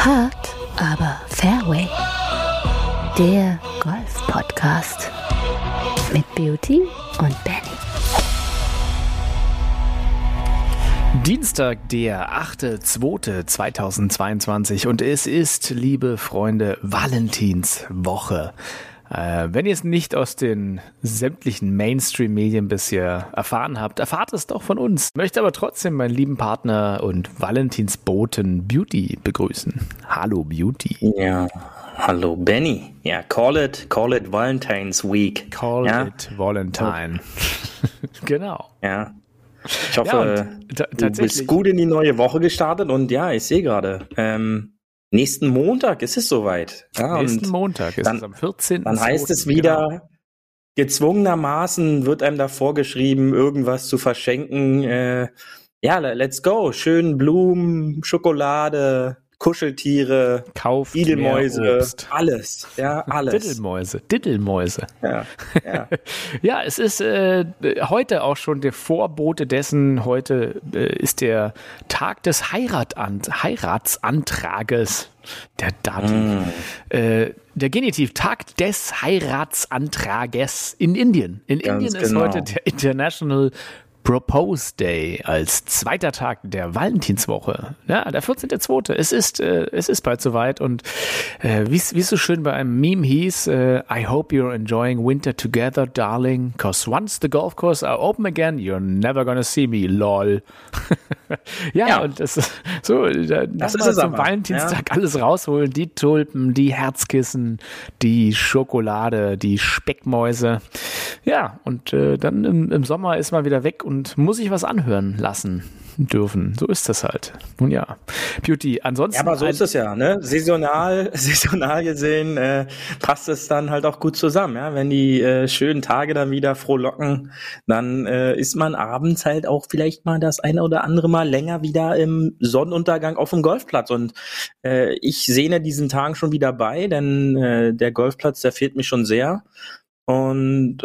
Hard, aber Fairway. Der Golf-Podcast mit Beauty und Benny. Dienstag, der 8.2.2022 und es ist, liebe Freunde, Valentinswoche. Wenn ihr es nicht aus den sämtlichen Mainstream-Medien bisher erfahren habt, erfahrt es doch von uns. Ich möchte aber trotzdem meinen lieben Partner und Valentinsboten Beauty begrüßen. Hallo Beauty. Ja, hallo Benny. Ja, call it Valentine's Week. Call it Valentine. Genau. Ja. Ich hoffe, du bist gut in die neue Woche gestartet und ja, ich sehe gerade, nächsten Montag ist es soweit. Ja, nächsten Montag ist es am 14. Dann heißt es wieder, genau. Gezwungenermaßen wird einem da vorgeschrieben, irgendwas zu verschenken. Ja, let's go. Schön Blumen, Schokolade, Kuscheltiere, kauft Diddelmäuse, alles. Ja, alles. Diddelmäuse. Ja. Ja, es ist heute auch schon der Vorbote dessen. Heute ist der Tag des Heiratsantrages. Der Dativ. Der Genitiv, Tag des Heiratsantrages in Indien. In Indien ist heute der International Propose Day als zweiter Tag der Valentinswoche. Ja, der 14.2. Es ist bald soweit und wie es so schön bei einem Meme hieß, I hope you're enjoying winter together, darling, cause once the golf course are open again, you're never gonna see me, lol. ja, und das ist so, das ist es zum Valentinstag alles rausholen, die Tulpen, die Herzkissen, die Schokolade, die Speckmäuse. Ja, und dann im Sommer ist man wieder weg und muss ich was anhören lassen dürfen. So ist das halt. Nun ja, Beauty, ansonsten... Ja, aber so ist es ja, ne? Saisonal gesehen passt es dann halt auch gut zusammen, ja? Wenn die schönen Tage dann wieder frohlocken, dann ist man abends halt auch vielleicht mal das eine oder andere Mal länger wieder im Sonnenuntergang auf dem Golfplatz und ich sehne diesen Tagen schon wieder bei, denn der Golfplatz, der fehlt mir schon sehr und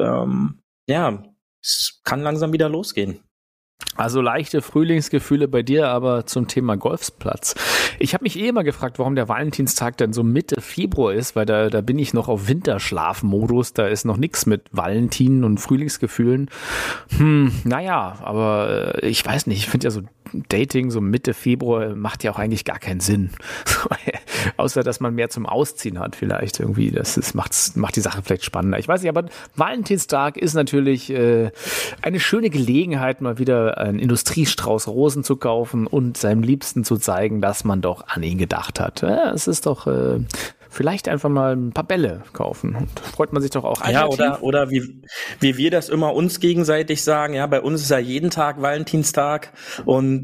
ja, es kann langsam wieder losgehen. Also leichte Frühlingsgefühle bei dir, aber zum Thema Golfplatz. Ich habe mich immer gefragt, warum der Valentinstag denn so Mitte Februar ist, weil da bin ich noch auf Winterschlafmodus, da ist noch nichts mit Valentin und Frühlingsgefühlen. Naja, aber ich weiß nicht, ich finde ja so Dating so Mitte Februar macht ja auch eigentlich gar keinen Sinn. Außer, dass man mehr zum Ausziehen hat vielleicht irgendwie. Macht die Sache vielleicht spannender. Ich weiß nicht, aber Valentinstag ist natürlich eine schöne Gelegenheit, mal wieder einen Industriestrauß Rosen zu kaufen und seinem Liebsten zu zeigen, dass man doch an ihn gedacht hat. Ja, es ist doch vielleicht einfach mal ein paar Bälle kaufen. Und freut man sich doch auch. Ja, oder wie wir das immer uns gegenseitig sagen, ja, bei uns ist ja jeden Tag Valentinstag und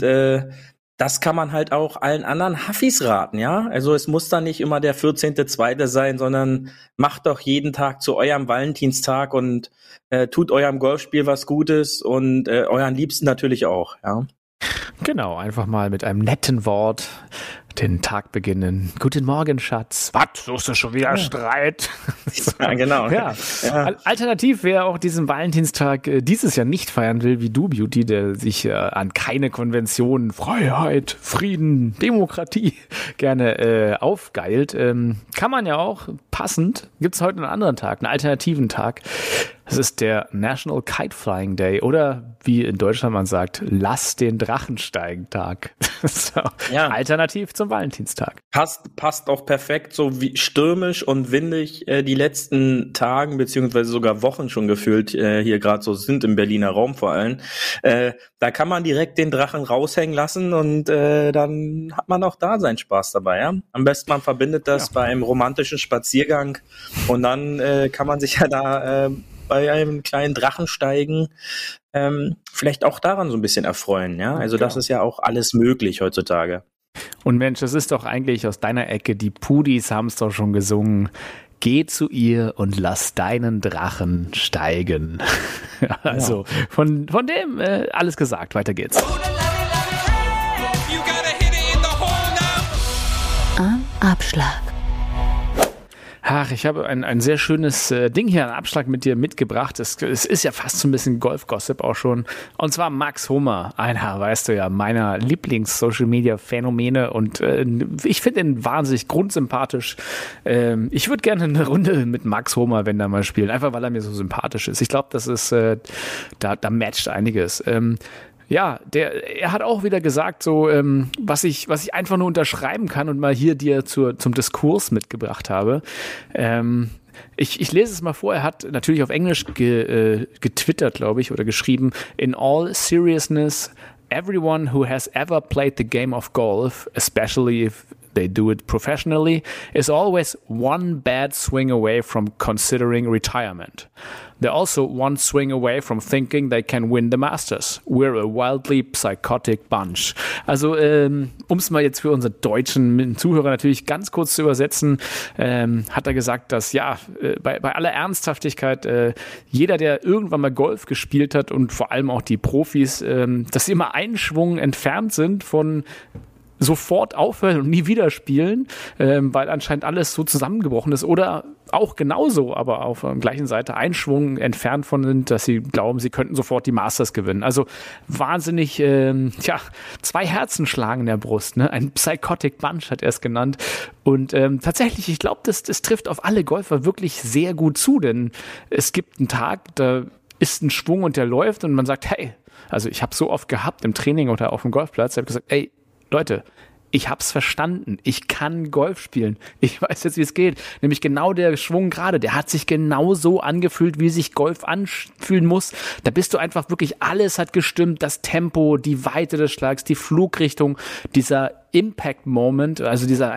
das kann man halt auch allen anderen Haffis raten, ja. Also es muss dann nicht immer der 14.2. sein, sondern macht doch jeden Tag zu eurem Valentinstag und tut eurem Golfspiel was Gutes und euren Liebsten natürlich auch, ja. Genau, einfach mal mit einem netten Wort den Tag beginnen. Guten Morgen, Schatz. Was? Suchst du schon wieder Streit? Ja, genau. Ja. Alternativ, wer auch diesen Valentinstag dieses Jahr nicht feiern will, wie du, Beauty, der sich an keine Konventionen, Freiheit, Frieden, Demokratie gerne aufgeilt, kann man ja auch passend, gibt's heute einen anderen Tag, einen alternativen Tag. Es ist der National Kite Flying Day oder wie in Deutschland man sagt, Lass den Drachen steigen Tag. So, ja. Alternativ zum Valentinstag. Passt auch perfekt, so wie stürmisch und windig die letzten Tagen beziehungsweise sogar Wochen schon gefühlt hier gerade so sind im Berliner Raum vor allem. Da kann man direkt den Drachen raushängen lassen und dann hat man auch da seinen Spaß dabei. Ja? Am besten man verbindet das bei einem romantischen Spaziergang und dann kann man sich ja da bei einem kleinen Drachensteigen vielleicht auch daran so ein bisschen erfreuen. Ja, also das ist ja auch alles möglich heutzutage. Und Mensch, das ist doch eigentlich aus deiner Ecke, die Pudis haben es doch schon gesungen. Geh zu ihr und lass deinen Drachen steigen. Also von dem alles gesagt, weiter geht's. Am Abschlag. Ach Ach, ich habe ein sehr schönes Ding hier, einen Abschlag mit dir mitgebracht. Es ist ja fast so ein bisschen Golf-Gossip auch schon. Und zwar Max Homer, einer, weißt du ja, meiner Lieblings-Social-Media-Phänomene. Und ich finde ihn wahnsinnig grundsympathisch. Ich würde gerne eine Runde mit Max Homer, wenn er mal spielt, einfach weil er mir so sympathisch ist. Ich glaube, das ist, da matcht einiges. Ja, er hat auch wieder gesagt, so was ich einfach nur unterschreiben kann und mal hier dir zum Diskurs mitgebracht habe. Ich lese es mal vor. Er hat natürlich auf Englisch getwittert, glaube ich, oder geschrieben: In all seriousness, everyone who has ever played the game of golf, especially if they do it professionally, is always one bad swing away from considering retirement. They're also one swing away from thinking they can win the Masters. We're a wildly psychotic bunch. Also, um es mal jetzt für unsere deutschen Zuhörer natürlich ganz kurz zu übersetzen, hat er gesagt, dass bei aller Ernsthaftigkeit jeder, der irgendwann mal Golf gespielt hat und vor allem auch die Profis, dass sie immer einen Schwung entfernt sind von sofort aufhören und nie wieder spielen, weil anscheinend alles so zusammengebrochen ist, oder auch genauso, aber auf der gleichen Seite einen Schwung entfernt von sind, dass sie glauben, sie könnten sofort die Masters gewinnen. Also wahnsinnig, zwei Herzen schlagen in der Brust, ne? Ein Psychotic Bunch hat er es genannt. Und tatsächlich, ich glaube, das trifft auf alle Golfer wirklich sehr gut zu, denn es gibt einen Tag, da ist ein Schwung und der läuft und man sagt, hey, also ich habe so oft gehabt im Training oder auf dem Golfplatz, ich habe gesagt, ey, Leute, ich hab's verstanden. Ich kann Golf spielen. Ich weiß jetzt, wie es geht. Nämlich genau der Schwung gerade, der hat sich genau so angefühlt, wie sich Golf anfühlen muss. Da bist du einfach wirklich, alles hat gestimmt. Das Tempo, die Weite des Schlags, die Flugrichtung, dieser Impact-Moment, also dieser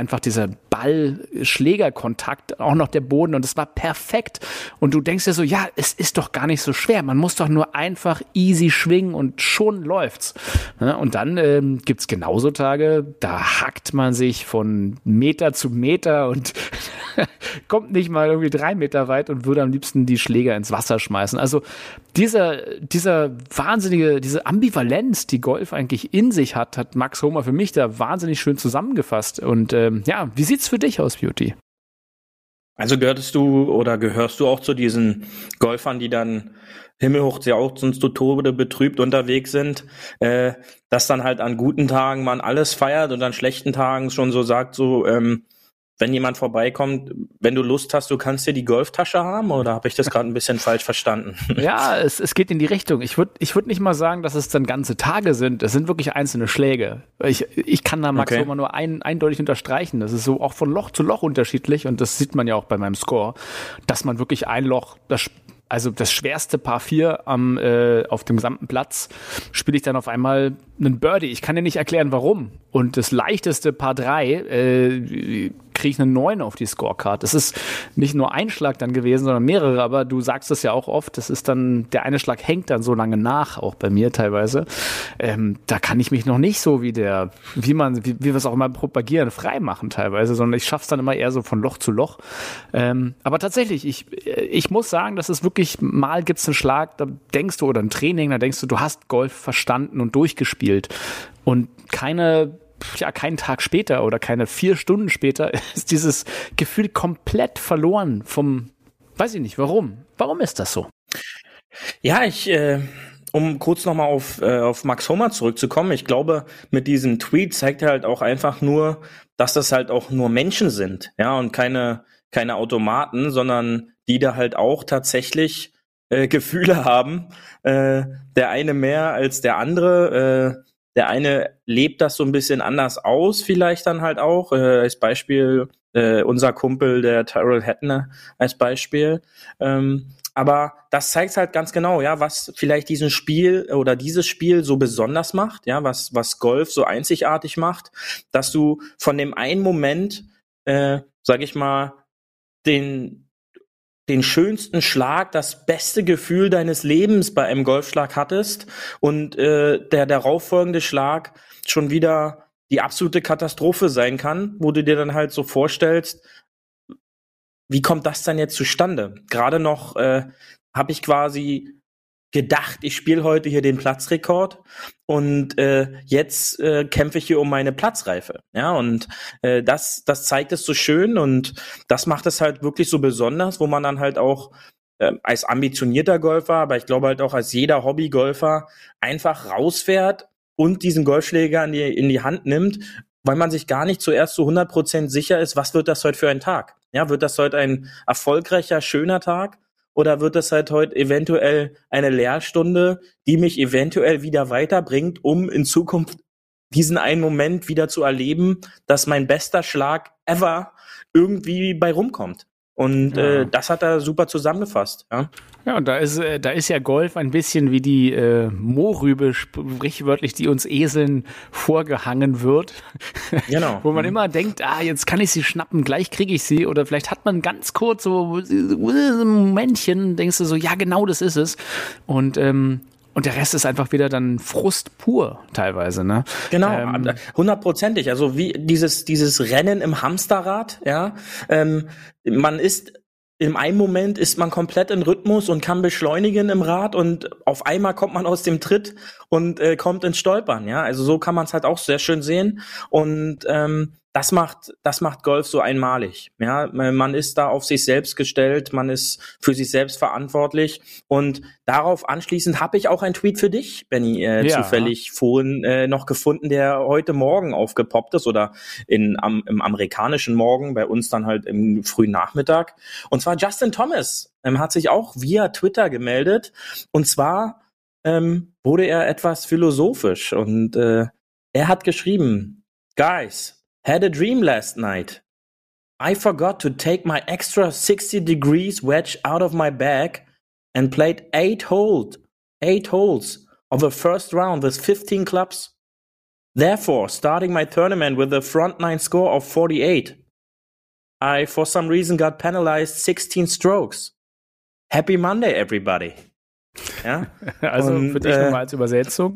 Ball-Schlägerkontakt, auch noch der Boden, und es war perfekt. Und du denkst dir so, ja, es ist doch gar nicht so schwer. Man muss doch nur einfach easy schwingen und schon läuft's. Ja, und dann gibt's genauso Tage, da hackt man sich von Meter zu Meter und kommt nicht mal irgendwie 3 Meter weit und würde am liebsten die Schläger ins Wasser schmeißen. Also dieser wahnsinnige, diese Ambivalenz, die Golf eigentlich in sich hat Max Homer für mich da wahnsinnig schön zusammengefasst. Und wie sieht's für dich aus, Beauty? Also gehörst du auch zu diesen Golfern, die dann himmelhoch sonst zu Tode betrübt unterwegs sind, dass dann halt an guten Tagen man alles feiert und an schlechten Tagen schon so sagt, so, wenn jemand vorbeikommt, wenn du Lust hast, du kannst dir die Golftasche haben, oder habe ich das gerade ein bisschen falsch verstanden? Ja, es geht in die Richtung. Ich würd nicht mal sagen, dass es dann ganze Tage sind. Es sind wirklich einzelne Schläge. Ich kann da Max Homer nur eindeutig unterstreichen. Das ist so auch von Loch zu Loch unterschiedlich, und das sieht man ja auch bei meinem Score, dass man wirklich ein Loch, also das schwerste Par 4 auf dem gesamten Platz, spiele ich dann auf einmal einen Birdie. Ich kann dir nicht erklären, warum. Und das leichteste Par 3 kriege ich eine 9 auf die Scorecard. Das ist nicht nur ein Schlag dann gewesen, sondern mehrere, aber du sagst es ja auch oft, das ist dann, der eine Schlag hängt dann so lange nach, auch bei mir teilweise. Da kann ich mich noch nicht so wie wir es auch immer propagieren, frei machen teilweise, sondern ich schaff's dann immer eher so von Loch zu Loch. Aber tatsächlich, ich muss sagen, dass es wirklich, mal gibt's einen Schlag, da denkst du, oder ein Training, da denkst du hast Golf verstanden und durchgespielt. Und keinen Tag später oder keine 4 Stunden später ist dieses Gefühl komplett verloren weiß ich nicht, warum? Warum ist das so? Ja, um kurz nochmal auf Max Homer zurückzukommen, ich glaube, mit diesem Tweet zeigt er halt auch einfach nur, dass das halt auch nur Menschen sind, ja, und keine Automaten, sondern die da halt auch tatsächlich Gefühle haben. Der eine mehr als der andere, der eine lebt das so ein bisschen anders aus, vielleicht dann halt auch, als Beispiel unser Kumpel, der Tyrrell Hatton als Beispiel. Aber das zeigt halt ganz genau, ja, was vielleicht dieses Spiel so besonders macht, ja, was Golf so einzigartig macht, dass du von dem einen Moment, sag ich mal, den schönsten Schlag, das beste Gefühl deines Lebens bei einem Golfschlag hattest und der darauffolgende Schlag schon wieder die absolute Katastrophe sein kann, wo du dir dann halt so vorstellst, wie kommt das dann jetzt zustande? Gerade noch habe ich quasi gedacht, ich spiele heute hier den Platzrekord und jetzt kämpfe ich hier um meine Platzreife. Ja, und das zeigt es so schön und das macht es halt wirklich so besonders, wo man dann halt auch als ambitionierter Golfer, aber ich glaube halt auch als jeder Hobbygolfer einfach rausfährt und diesen Golfschläger in die Hand nimmt, weil man sich gar nicht zuerst zu 100% sicher ist, was wird das heute für ein Tag? Ja, wird das heute ein erfolgreicher, schöner Tag? Oder wird das halt heute eventuell eine Lehrstunde, die mich eventuell wieder weiterbringt, um in Zukunft diesen einen Moment wieder zu erleben, dass mein bester Schlag ever irgendwie bei rumkommt? Und das hat er super zusammengefasst. Ja, und da ist ja Golf ein bisschen wie die Mohrrübe, sprichwörtlich, die uns Eseln vorgehangen wird. Genau. Wo man immer denkt, jetzt kann ich sie schnappen, gleich kriege ich sie. Oder vielleicht hat man ganz kurz so ein Momentchen, denkst du so, ja genau, das ist es. Und der Rest ist einfach wieder dann Frust pur teilweise, ne? Genau, 100%. Also wie dieses Rennen im Hamsterrad, ja. Man ist im einen Moment ist man komplett in Rhythmus und kann beschleunigen im Rad und auf einmal kommt man aus dem Tritt und kommt ins Stolpern, ja. Also so kann man es halt auch sehr schön sehen und das macht Golf so einmalig, ja. Man ist da auf sich selbst gestellt, man ist für sich selbst verantwortlich und darauf anschließend habe ich auch einen Tweet für dich, Benny, zufällig vorhin noch gefunden, der heute Morgen aufgepoppt ist oder im amerikanischen Morgen, bei uns dann halt im frühen Nachmittag. Und zwar Justin Thomas hat sich auch via Twitter gemeldet und zwar wurde er etwas philosophisch und er hat geschrieben, Guys, had a dream last night. I forgot to take my extra 60 degrees wedge out of my bag and played 8 holes of the first round with 15 clubs. Therefore, starting my tournament with a front nine score of 48, I for some reason got penalized 16 strokes. Happy Monday, everybody. Ja? Also und, für dich nochmal als Übersetzung.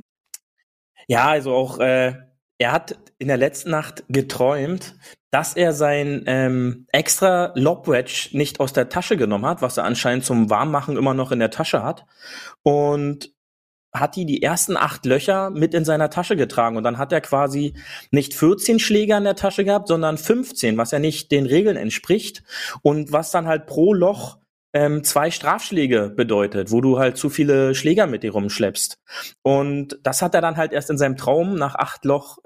Ja, also auch er hat in der letzten Nacht geträumt, dass er sein extra Lob-Wedge nicht aus der Tasche genommen hat, was er anscheinend zum Warmmachen immer noch in der Tasche hat. Und hat die ersten 8 Löcher mit in seiner Tasche getragen. Und dann hat er quasi nicht 14 Schläger in der Tasche gehabt, sondern 15, was ja nicht den Regeln entspricht. Und was dann halt pro Loch 2 Strafschläge bedeutet, wo du halt zu viele Schläger mit dir rumschleppst. Und das hat er dann halt erst in seinem Traum nach 8 Loch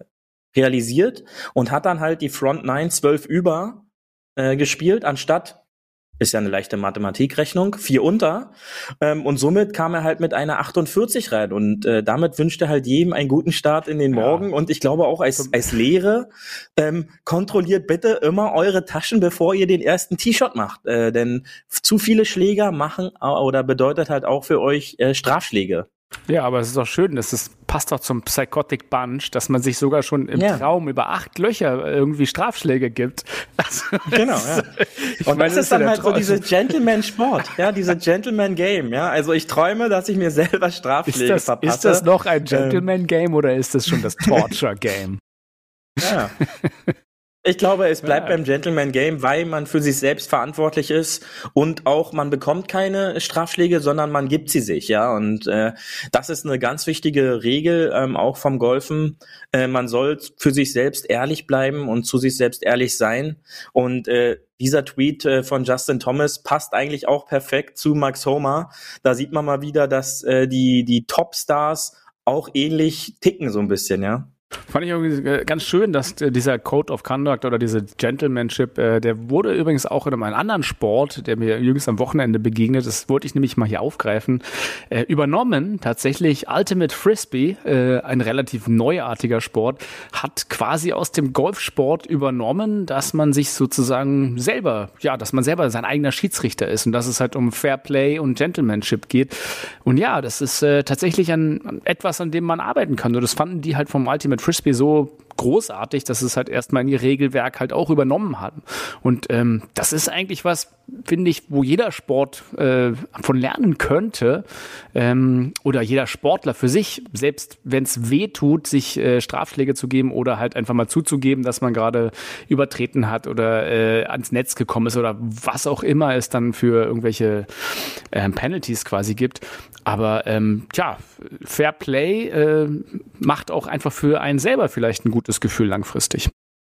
realisiert und hat dann halt die Front 9 12 über gespielt, anstatt, ist ja eine leichte Mathematikrechnung, 4 unter. Und somit kam er halt mit einer 48 rein. Und damit wünscht er halt jedem einen guten Start in den Morgen. Und ich glaube auch als Lehre, kontrolliert bitte immer eure Taschen, bevor ihr den ersten Tee-Shot macht. Denn zu viele Schläger machen oder bedeutet halt auch für euch Strafschläge. Ja, aber es ist doch schön, passt doch zum Psychotic Bunch, dass man sich sogar schon im Traum über 8 Löcher irgendwie Strafschläge gibt. Also, genau, ja. Und das ist dann halt so diese Gentleman-Sport, ja, diese Gentleman-Game, ja. Also ich träume, dass ich mir selber Strafschläge verpasse. Ist das noch ein Gentleman-Game oder ist das schon das Torture-Game? Ja. Ich glaube, es bleibt beim Gentleman-Game, weil man für sich selbst verantwortlich ist und auch man bekommt keine Strafschläge, sondern man gibt sie sich, ja. Und das ist eine ganz wichtige Regel, auch vom Golfen. Man soll für sich selbst ehrlich bleiben und zu sich selbst ehrlich sein. Und dieser Tweet von Justin Thomas passt eigentlich auch perfekt zu Max Homa. Da sieht man mal wieder, dass die Topstars auch ähnlich ticken so ein bisschen, ja. Fand ich irgendwie ganz schön, dass dieser Code of Conduct oder diese Gentlemanship, der wurde übrigens auch in einem anderen Sport, der mir jüngst am Wochenende begegnet, das wollte ich nämlich mal hier aufgreifen, übernommen. Tatsächlich Ultimate Frisbee, ein relativ neuartiger Sport, hat quasi aus dem Golfsport übernommen, dass man sich sozusagen selber, dass man selber sein eigener Schiedsrichter ist und dass es halt um Fair Play und Gentlemanship geht. Und ja, das ist tatsächlich etwas, an dem man arbeiten kann. Und das fanden die halt vom Ultimate Frisbee so großartig, dass es halt erstmal in ihr Regelwerk halt auch übernommen haben. Und das ist eigentlich was, finde ich, wo jeder Sport von lernen könnte, oder jeder Sportler für sich, selbst wenn es weh tut, sich Strafschläge zu geben oder halt einfach mal zuzugeben, dass man gerade übertreten hat oder ans Netz gekommen ist oder was auch immer es dann für irgendwelche Penalties quasi gibt. Aber Fair Play macht auch einfach für einen selber vielleicht ein gutes Gefühl langfristig.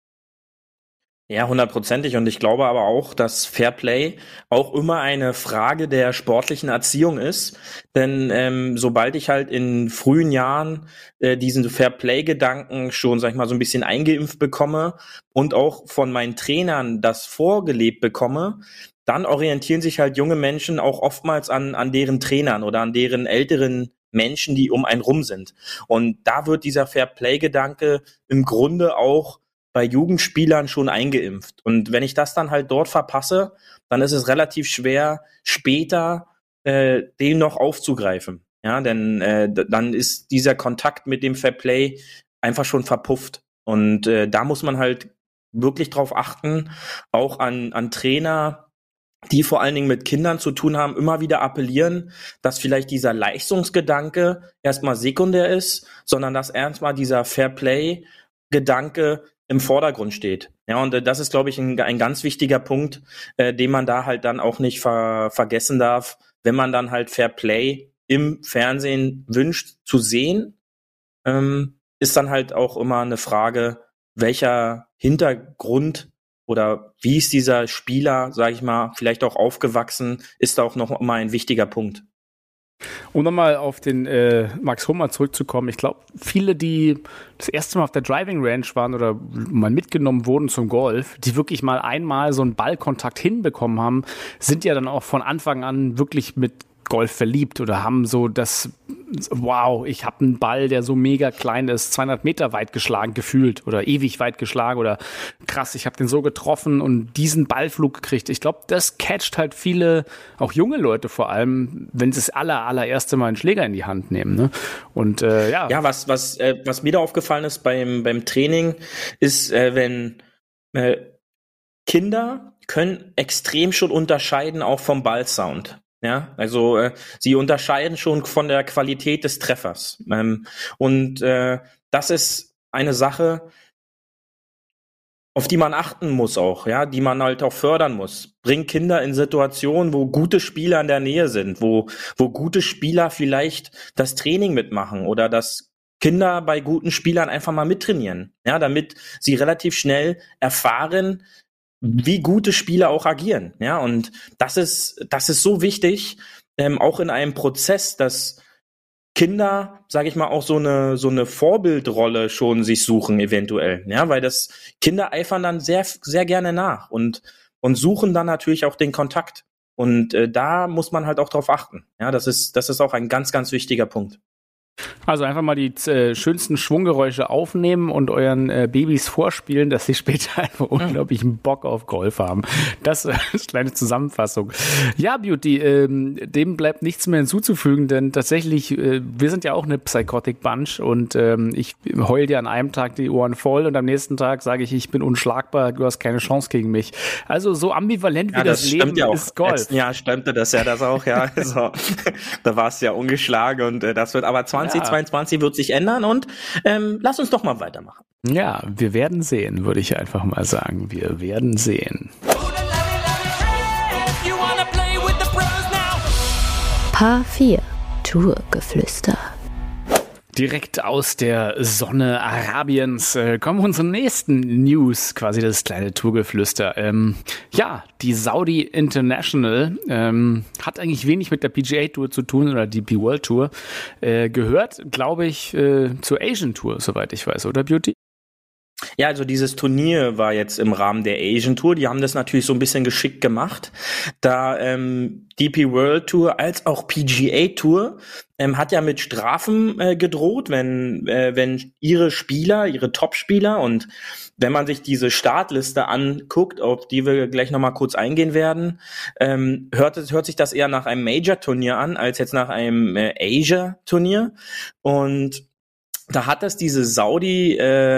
Ja, 100%. Und ich glaube aber auch, dass Fair Play auch immer eine Frage der sportlichen Erziehung ist. Denn sobald ich halt in frühen Jahren diesen Fair Play-Gedanken schon, sag ich mal, so ein bisschen eingeimpft bekomme und auch von meinen Trainern das vorgelebt bekomme, dann orientieren sich halt junge Menschen auch oftmals an deren Trainern oder an deren älteren Menschen, die um einen rum sind. Und da wird dieser Fair Play-Gedanke im Grunde auch bei Jugendspielern schon eingeimpft. Und wenn ich das dann halt dort verpasse, dann ist es relativ schwer, später den noch aufzugreifen. Ja, denn dann ist dieser Kontakt mit dem Fair Play einfach schon verpufft. Und da muss man halt wirklich drauf achten, auch an Trainer, die vor allen Dingen mit Kindern zu tun haben, immer wieder appellieren, dass vielleicht dieser Leistungsgedanke erstmal sekundär ist, sondern dass erstmal dieser Fair Play-Gedanke im Vordergrund steht. Ja, und das ist, glaube ich, ein ganz wichtiger Punkt, den man da halt dann auch nicht vergessen darf, wenn man dann halt Fair Play im Fernsehen wünscht zu sehen, ist dann halt auch immer eine Frage, welcher Hintergrund oder wie ist dieser Spieler, sage ich mal, vielleicht auch aufgewachsen, ist da auch noch immer ein wichtiger Punkt. Um nochmal auf den Max Hummer zurückzukommen, ich glaube, viele, die das erste Mal auf der Driving Range waren oder mal mitgenommen wurden zum Golf, die wirklich mal einmal so einen Ballkontakt hinbekommen haben, sind ja dann auch von Anfang an wirklich mit Golf verliebt oder haben so das, wow, ich habe einen Ball, der so mega klein ist, 200 Meter weit geschlagen gefühlt oder ewig weit geschlagen oder krass, ich habe den so getroffen und diesen Ballflug gekriegt. Ich glaube, das catcht halt viele, auch junge Leute vor allem, wenn sie das allererste Mal einen Schläger in die Hand nehmen. Ne? Und Ja, was mir da aufgefallen ist beim Training, ist, wenn Kinder können extrem schon unterscheiden, auch vom Ballsound. Ja, also sie unterscheiden schon von der Qualität des Treffers. Das ist eine Sache, auf die man achten muss auch, ja, die man halt auch fördern muss. Bring Kinder in Situationen, wo gute Spieler in der Nähe sind, wo gute Spieler vielleicht das Training mitmachen oder dass Kinder bei guten Spielern einfach mal mittrainieren, ja, damit sie relativ schnell erfahren, wie gute Spieler auch agieren, ja, und das ist so wichtig, auch in einem Prozess, dass Kinder, sage ich mal, auch so eine Vorbildrolle schon sich suchen eventuell, ja, weil das Kinder eifern dann sehr, sehr gerne nach und suchen dann natürlich auch den Kontakt und da muss man halt auch drauf achten, ja, das ist auch ein ganz, ganz wichtiger Punkt. Also einfach mal die schönsten Schwunggeräusche aufnehmen und euren Babys vorspielen, dass sie später einfach unglaublichen Bock auf Golf haben. Das ist eine kleine Zusammenfassung. Ja, Beauty, dem bleibt nichts mehr hinzuzufügen, denn tatsächlich, wir sind ja auch eine Psychotic Bunch und ich heul dir an einem Tag die Ohren voll und am nächsten Tag sage ich bin unschlagbar, du hast keine Chance gegen mich. Also so ambivalent wie das Leben ja ist Golf. Letzten Jahr stimmte das auch, ja. Also, da war es ja ungeschlagen und das wird aber 2022 wird sich ändern und lass uns doch mal weitermachen. Ja, wir werden sehen, würde ich einfach mal sagen. Wir werden sehen. Paar 4 Tourgeflüster. Direkt aus der Sonne Arabiens kommen unsere nächsten News, quasi das kleine Tourgeflüster. Die Saudi International hat eigentlich wenig mit der PGA Tour zu tun oder DP World Tour. Gehört, glaube ich, zur Asian Tour, soweit ich weiß, oder Beauty? Ja, also dieses Turnier war jetzt im Rahmen der Asian Tour. Die haben das natürlich so ein bisschen geschickt gemacht, da DP World Tour als auch PGA Tour hat ja mit Strafen gedroht, wenn ihre Spieler, ihre Top-Spieler, und wenn man sich diese Startliste anguckt, auf die wir gleich nochmal kurz eingehen werden, hört sich das eher nach einem Major-Turnier an, als jetzt nach einem Asia-Turnier. Und da hat das diese Saudi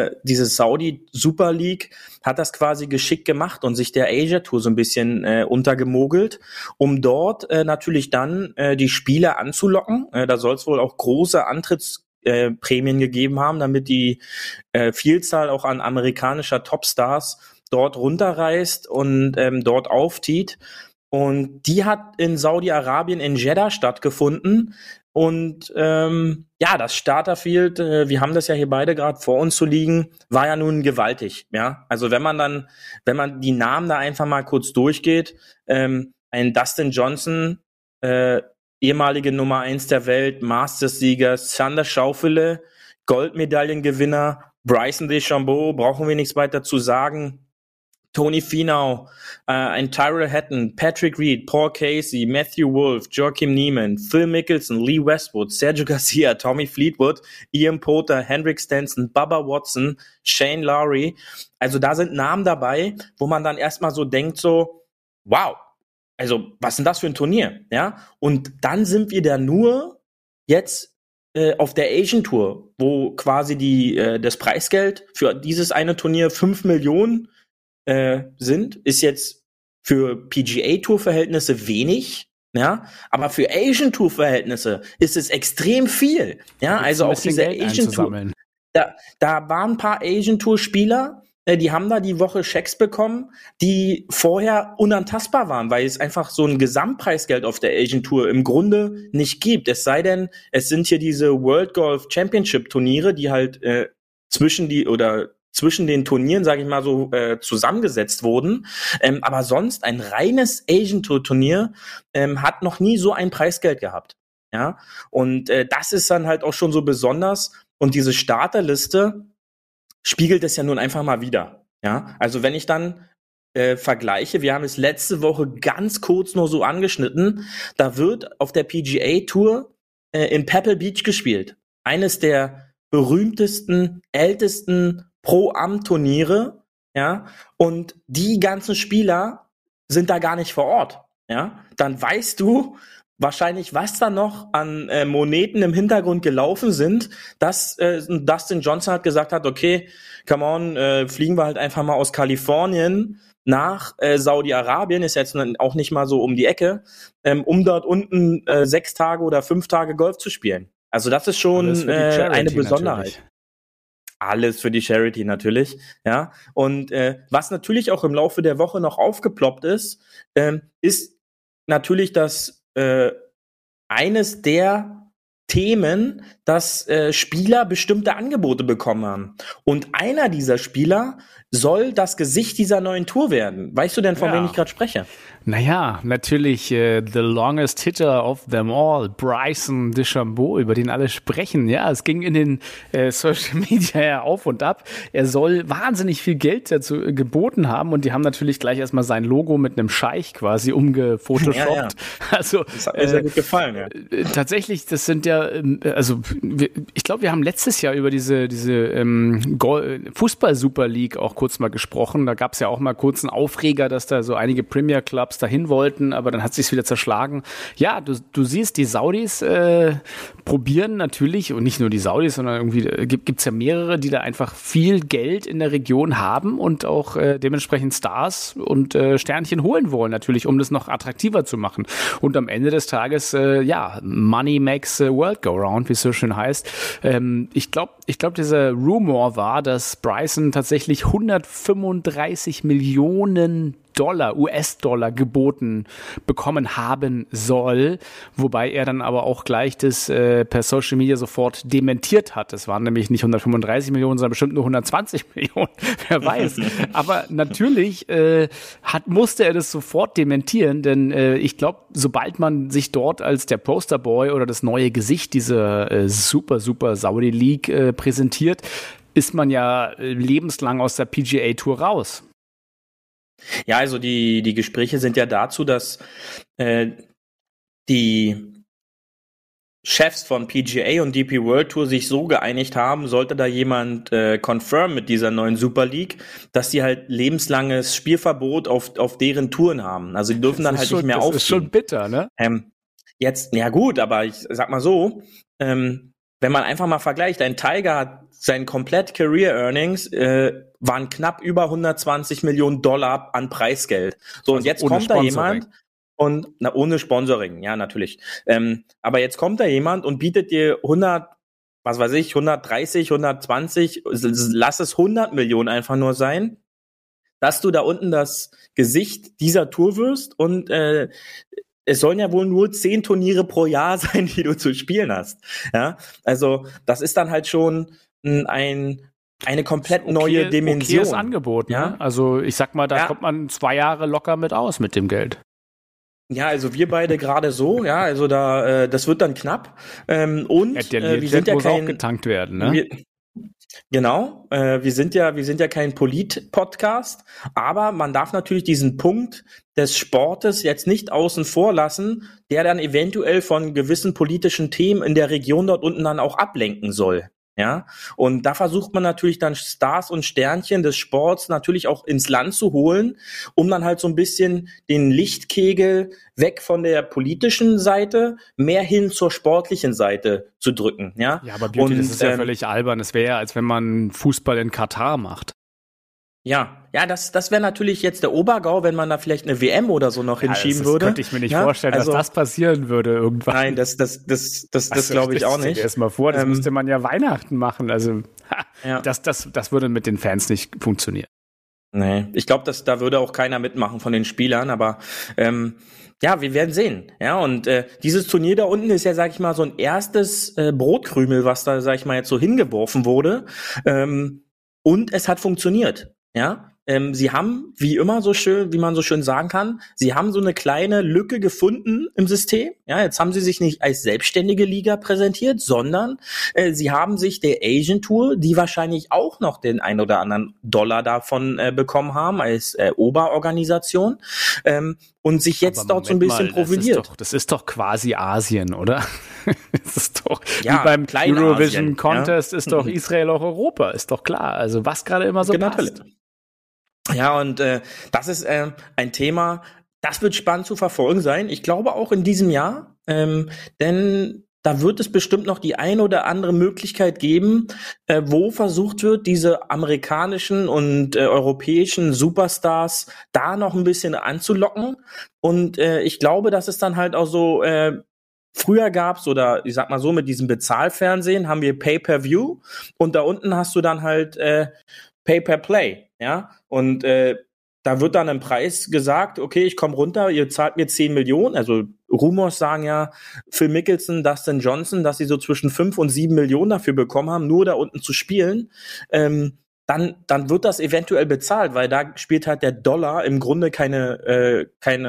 Super League hat das quasi geschickt gemacht und sich der Asia Tour so ein bisschen untergemogelt, um dort natürlich dann die Spieler anzulocken. Da soll es wohl auch große Antrittsprämien gegeben haben, damit die Vielzahl auch an amerikanischer Topstars dort runterreist und dort aufzieht. Und die hat in Saudi-Arabien in Jeddah stattgefunden. Und das Starterfield, wir haben das ja hier beide gerade vor uns zu liegen, war ja nun gewaltig. Ja, also wenn man die Namen da einfach mal kurz durchgeht, ein Dustin Johnson, ehemalige Nummer 1 der Welt, Masters-Sieger, Sander Schauffele, Goldmedaillengewinner, Bryson DeChambeau, brauchen wir nichts weiter zu sagen. Tony Finau, ein Tyrell Hatton, Patrick Reed, Paul Casey, Matthew Wolf, Joachim Niemann, Phil Mickelson, Lee Westwood, Sergio Garcia, Tommy Fleetwood, Ian Poulter, Hendrik Stenson, Bubba Watson, Shane Lowry. Also da sind Namen dabei, wo man dann erstmal so denkt so, wow, also was ist denn das für ein Turnier? Ja, und dann sind wir da nur jetzt auf der Asian Tour, wo quasi das Preisgeld für dieses eine Turnier 5 Millionen ist jetzt für PGA-Tour-Verhältnisse wenig, ja, aber für Asian-Tour-Verhältnisse ist es extrem viel, ja, also auch diese Asian-Tour, da waren ein paar Asian-Tour-Spieler, die haben da die Woche Schecks bekommen, die vorher unantastbar waren, weil es einfach so ein Gesamtpreisgeld auf der Asian-Tour im Grunde nicht gibt, es sei denn, es sind hier diese World Golf Championship-Turniere, die halt zwischen den Turnieren, sage ich mal so, zusammengesetzt wurden. Aber sonst ein reines Asian Tour Turnier hat noch nie so ein Preisgeld gehabt. Ja, und das ist dann halt auch schon so besonders. Und diese Starterliste spiegelt es ja nun einfach mal wieder. Ja, also wenn ich dann vergleiche, wir haben es letzte Woche ganz kurz nur so angeschnitten, da wird auf der PGA Tour in Pebble Beach gespielt. Eines der berühmtesten, ältesten Pro-Am-Turniere, ja, und die ganzen Spieler sind da gar nicht vor Ort, ja, dann weißt du wahrscheinlich, was da noch an Moneten im Hintergrund gelaufen sind, dass Dustin Johnson gesagt hat, okay, come on, fliegen wir halt einfach mal aus Kalifornien nach Saudi-Arabien, ist jetzt auch nicht mal so um die Ecke, um dort unten 6 Tage oder 5 Tage Golf zu spielen. Also das ist schon eine Besonderheit. Natürlich. Alles für die Charity natürlich, ja. Und was natürlich auch im Laufe der Woche noch aufgeploppt ist natürlich, dass eines der Themen, dass Spieler bestimmte Angebote bekommen haben. Und einer dieser Spieler soll das Gesicht dieser neuen Tour werden. Weißt du denn, von wem ich gerade spreche? Naja, natürlich the longest hitter of them all, Bryson DeChambeau, über den alle sprechen. Ja, es ging in den Social Media ja auf und ab. Er soll wahnsinnig viel Geld dazu geboten haben und die haben natürlich gleich erstmal sein Logo mit einem Scheich quasi umgefotoshoppt. Ja. Also, das hat mir sehr gut gefallen. Ja. Tatsächlich, das sind ja, ich glaube, wir haben letztes Jahr über diese Fußball-Super League auch kurz mal gesprochen. Da gab es ja auch mal kurz einen Aufreger, dass da so einige Premier Clubs dahin wollten, aber dann hat sich's wieder zerschlagen. Ja, du siehst, die Saudis probieren natürlich, und nicht nur die Saudis, sondern irgendwie gibt's ja mehrere, die da einfach viel Geld in der Region haben und auch dementsprechend Stars und Sternchen holen wollen, natürlich, um das noch attraktiver zu machen. Und am Ende des Tages, Money makes the world go round, wie es so schön heißt. Ich glaube, dieser Rumor war, dass Bryson tatsächlich 135 Millionen US-Dollar geboten bekommen haben soll, wobei er dann aber auch gleich das per Social Media sofort dementiert hat. Es waren nämlich nicht 135 Millionen, sondern bestimmt nur 120 Millionen, wer weiß. Aber natürlich musste er das sofort dementieren, denn ich glaube, sobald man sich dort als der Posterboy oder das neue Gesicht dieser super Saudi League präsentiert, ist man ja lebenslang aus der PGA Tour raus. Ja, also die Gespräche sind ja dazu, dass die Chefs von PGA und DP World Tour sich so geeinigt haben, sollte da jemand confirm mit dieser neuen Super League, dass die halt lebenslanges Spielverbot auf deren Touren haben. Also die dürfen dann halt nicht mehr aufziehen. Das ist schon bitter, ne? Jetzt, ja gut, aber ich sag mal so, wenn man einfach mal vergleicht, ein Tiger hat sein komplett Career Earnings waren knapp über 120 Millionen Dollar an Preisgeld. So, also und jetzt kommt da jemand und ohne Sponsoring, ja, natürlich. Aber jetzt kommt da jemand und bietet dir 130, 120, lass es 100 Millionen einfach nur sein, dass du da unten das Gesicht dieser Tour wirst und es sollen ja wohl nur 10 Turniere pro Jahr sein, die du zu spielen hast. Ja, also das ist dann halt schon eine komplett neue Dimension. Okayes Angebot, ne? Ja? Also ich sag mal, da kommt man 2 Jahre locker mit aus mit dem Geld. Ja, also wir beide gerade so, ja, also da das wird dann knapp. Und wir sind ja muss auch getankt werden, ne? Genau, wir sind ja kein Polit-Podcast, aber man darf natürlich diesen Punkt des Sportes jetzt nicht außen vor lassen, der dann eventuell von gewissen politischen Themen in der Region dort unten dann auch ablenken soll. Ja, und da versucht man natürlich dann Stars und Sternchen des Sports natürlich auch ins Land zu holen, um dann halt so ein bisschen den Lichtkegel weg von der politischen Seite mehr hin zur sportlichen Seite zu drücken. Ja, aber Beauty, das ist ja völlig albern. Es wäre ja, als wenn man Fußball in Katar macht. Ja, das wäre natürlich jetzt der Obergau, wenn man da vielleicht eine WM oder so noch hinschieben würde. Das könnte ich mir nicht vorstellen, dass das passieren würde irgendwann. Nein, das glaube ich auch nicht. Erst mal vor, das müsste man ja Weihnachten machen. Also das würde mit den Fans nicht funktionieren. Nee, ich glaube, da würde auch keiner mitmachen von den Spielern, aber wir werden sehen. Ja, und dieses Turnier da unten ist ja, sag ich mal, so ein erstes Brotkrümel, was da, sag ich mal, jetzt so hingeworfen wurde. Und es hat funktioniert. Ja, sie haben, wie man so schön sagen kann, sie haben so eine kleine Lücke gefunden im System. Ja, jetzt haben sie sich nicht als selbstständige Liga präsentiert, sondern sie haben sich der Asian Tour, die wahrscheinlich auch noch den ein oder anderen Dollar davon bekommen haben als Oberorganisation und sich jetzt dort so ein bisschen profiliert. Das ist doch quasi Asien, oder? Das ist doch wie beim Eurovision Asien, Contest ist doch Israel auch Europa, ist doch klar. Also was gerade immer so passt. Ja, und das ist ein Thema, das wird spannend zu verfolgen sein. Ich glaube auch in diesem Jahr, denn da wird es bestimmt noch die eine oder andere Möglichkeit geben, wo versucht wird, diese amerikanischen und europäischen Superstars da noch ein bisschen anzulocken. Und ich glaube, dass es dann halt auch so früher gab's, oder ich sag mal so, mit diesem Bezahlfernsehen haben wir Pay-per-View und da unten hast du dann halt Pay-per-Play, ja, und da wird dann ein Preis gesagt, okay, ich komme runter, ihr zahlt mir 10 Millionen, also Rumors sagen ja, Phil Mickelson, Dustin Johnson, dass sie so zwischen 5 und 7 Millionen dafür bekommen haben, nur da unten zu spielen, dann wird das eventuell bezahlt, weil da spielt halt der Dollar im Grunde keine,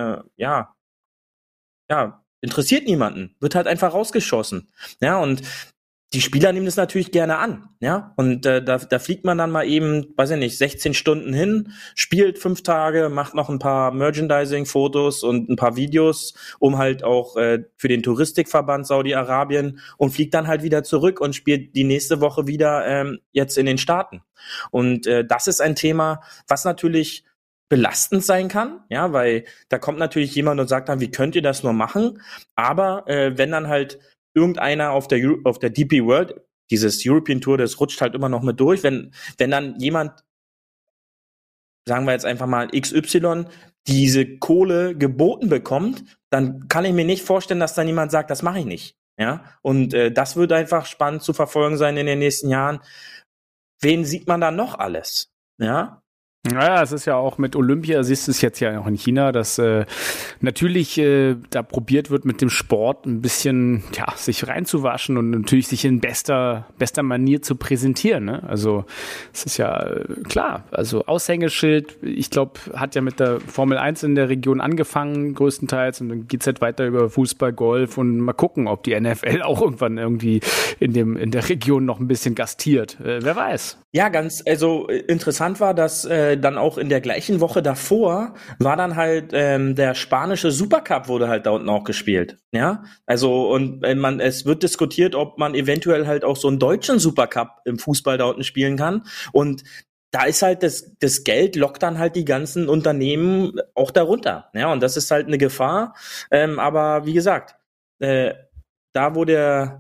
interessiert niemanden, wird halt einfach rausgeschossen, ja, und die Spieler nehmen das natürlich gerne an, ja, und da fliegt man dann mal eben, weiß ich nicht, 16 Stunden hin, spielt 5 Tage, macht noch ein paar Merchandising-Fotos und ein paar Videos, um halt auch für den Touristikverband Saudi-Arabien und fliegt dann halt wieder zurück und spielt die nächste Woche wieder jetzt in den Staaten. Und das ist ein Thema, was natürlich belastend sein kann, ja, weil da kommt natürlich jemand und sagt dann, wie könnt ihr das nur machen? Aber wenn dann halt irgendeiner auf der DP World, dieses European Tour, das rutscht halt immer noch mit durch, wenn dann jemand, sagen wir jetzt einfach mal XY, diese Kohle geboten bekommt, dann kann ich mir nicht vorstellen, dass dann jemand sagt, das mache ich nicht, ja, und das wird einfach spannend zu verfolgen sein in den nächsten Jahren. Wen sieht man da noch alles, ja? Naja, es ist ja auch mit Olympia, siehst du es jetzt ja auch in China, dass natürlich da probiert wird, mit dem Sport ein bisschen sich reinzuwaschen und natürlich sich in bester Manier zu präsentieren. Ne? Also es ist ja klar, also Aushängeschild, ich glaube, hat ja mit der Formel 1 in der Region angefangen, größtenteils, und dann geht's halt weiter über Fußball, Golf und mal gucken, ob die NFL auch irgendwann irgendwie in der Region noch ein bisschen gastiert. Wer weiß. Ja, also interessant war, dass dann auch in der gleichen Woche davor war dann halt der spanische Supercup wurde halt da unten auch gespielt, ja, also und es wird diskutiert, ob man eventuell halt auch so einen deutschen Supercup im Fußball da unten spielen kann, und da ist halt das Geld lockt dann halt die ganzen Unternehmen auch darunter, ja, und das ist halt eine Gefahr, aber wie gesagt, da wo der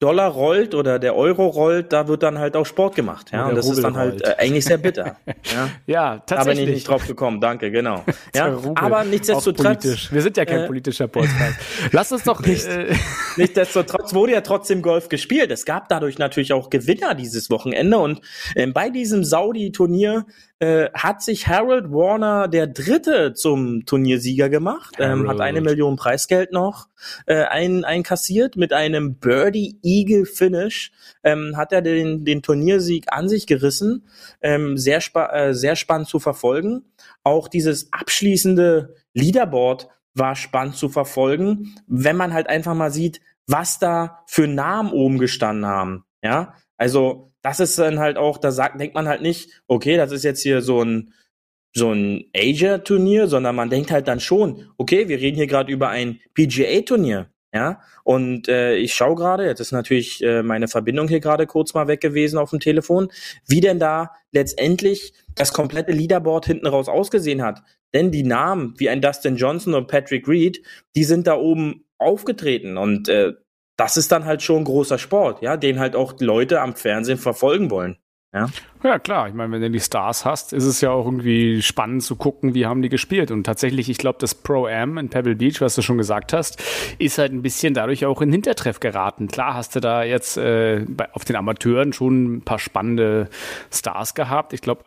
Dollar rollt oder der Euro rollt, da wird dann halt auch Sport gemacht. Ja, und das ist dann halt eigentlich sehr bitter. Ja, tatsächlich. Da bin ich nicht drauf gekommen, danke, genau. Ja, aber nichtsdestotrotz. Wir sind ja kein politischer Podcast. Lass uns doch nichtsdestotrotz wurde ja trotzdem Golf gespielt. Es gab dadurch natürlich auch Gewinner dieses Wochenende und bei diesem Saudi-Turnier hat sich Harold Warner der Dritte zum Turniersieger gemacht, hat 1 Million Preisgeld noch einkassiert mit einem Birdie-Eagle-Finish, hat er den Turniersieg an sich gerissen, sehr spannend zu verfolgen. Auch dieses abschließende Leaderboard war spannend zu verfolgen, wenn man halt einfach mal sieht, was da für Namen oben gestanden haben, ja, also das ist dann halt auch, denkt man halt nicht, okay, das ist jetzt hier so ein Asia-Turnier, sondern man denkt halt dann schon, okay, wir reden hier gerade über ein PGA-Turnier, ja, und ich schaue gerade, jetzt ist natürlich meine Verbindung hier gerade kurz mal weg gewesen auf dem Telefon, wie denn da letztendlich das komplette Leaderboard hinten raus ausgesehen hat, denn die Namen wie ein Dustin Johnson und Patrick Reed, die sind da oben aufgetreten und das ist dann halt schon großer Sport, ja, den halt auch Leute am Fernsehen verfolgen wollen. Ja, klar. Ich meine, wenn du die Stars hast, ist es ja auch irgendwie spannend zu gucken, wie haben die gespielt. Und tatsächlich, ich glaube, das Pro-Am in Pebble Beach, was du schon gesagt hast, ist halt ein bisschen dadurch auch in Hintertreff geraten. Klar hast du da jetzt auf den Amateuren schon ein paar spannende Stars gehabt. Ich glaube,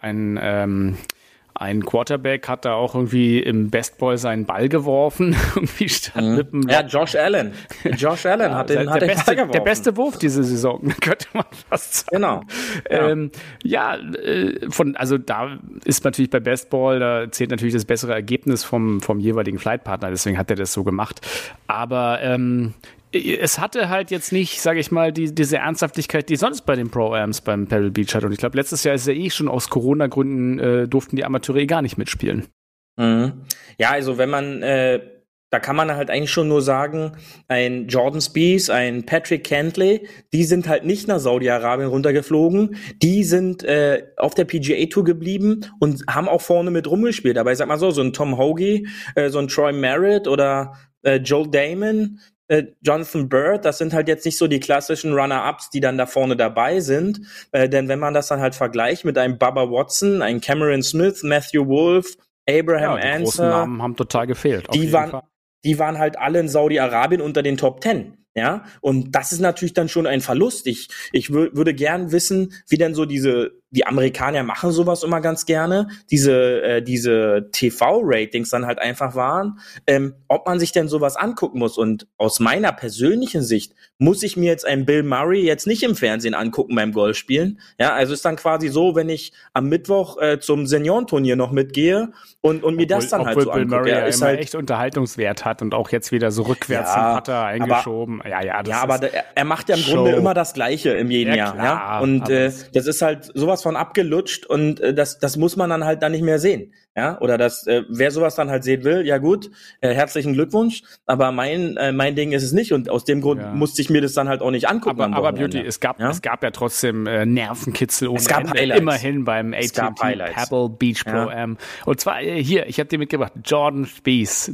ein Quarterback hat da auch irgendwie im Bestball seinen Ball geworfen. Irgendwie statt mit dem Josh Allen. Josh Allen hat den Ball geworfen. Der beste Wurf diese Saison, könnte man fast sagen. Genau. Also da ist natürlich bei Bestball, da zählt natürlich das bessere Ergebnis vom jeweiligen Flightpartner, deswegen hat er das so gemacht. Aber es hatte halt jetzt nicht, sage ich mal, diese Ernsthaftigkeit, die sonst bei den Pro-Ams beim Pebble Beach hat. Und ich glaube, letztes Jahr ist ja schon aus Corona-Gründen durften die Amateure gar nicht mitspielen. Mhm. Ja, also wenn man, da kann man halt eigentlich schon nur sagen, ein Jordan Spieth, ein Patrick Cantlay, die sind halt nicht nach Saudi-Arabien runtergeflogen, die sind auf der PGA-Tour geblieben und haben auch vorne mit rumgespielt. Aber ich sag mal so ein Tom Hoge, so ein Troy Merritt oder Joel Damon, Jonathan Bird, das sind halt jetzt nicht so die klassischen Runner-Ups, die dann da vorne dabei sind, denn wenn man das dann halt vergleicht mit einem Bubba Watson, einem Cameron Smith, Matthew Wolff, Abraham Ancer, die großen Namen haben total gefehlt. Die waren halt alle in Saudi-Arabien unter den Top 10. Ja, und das ist natürlich dann schon ein Verlust. Ich würde gern wissen, wie denn so die Amerikaner machen sowas immer ganz gerne, diese TV-Ratings dann halt einfach waren, ob man sich denn sowas angucken muss. Und aus meiner persönlichen Sicht muss ich mir jetzt einen Bill Murray jetzt nicht im Fernsehen angucken beim Golfspielen. Ja, also ist dann quasi so, wenn ich am Mittwoch zum Seniorenturnier noch mitgehe und mir das dann halt so angucke. Bill Murray ja immer halt echt Unterhaltungswert hat und auch jetzt wieder so rückwärts den Putter eingeschoben. Aber er macht ja im Grunde immer das Gleiche im jeden Jahr. Klar, ja? Und das ist halt sowas von abgelutscht und das muss man dann halt nicht mehr sehen. Ja, oder wer sowas dann halt sehen will, ja gut, herzlichen Glückwunsch, aber mein Ding ist es nicht und aus dem Grund musste ich mir das dann halt auch nicht angucken. Aber Beauty, es gab ja trotzdem Nervenkitzel ohne Ende, immerhin beim AT&T Pebble Beach Pro-Am. Und zwar hier, ich habe dir mitgebracht, Jordan Spieth,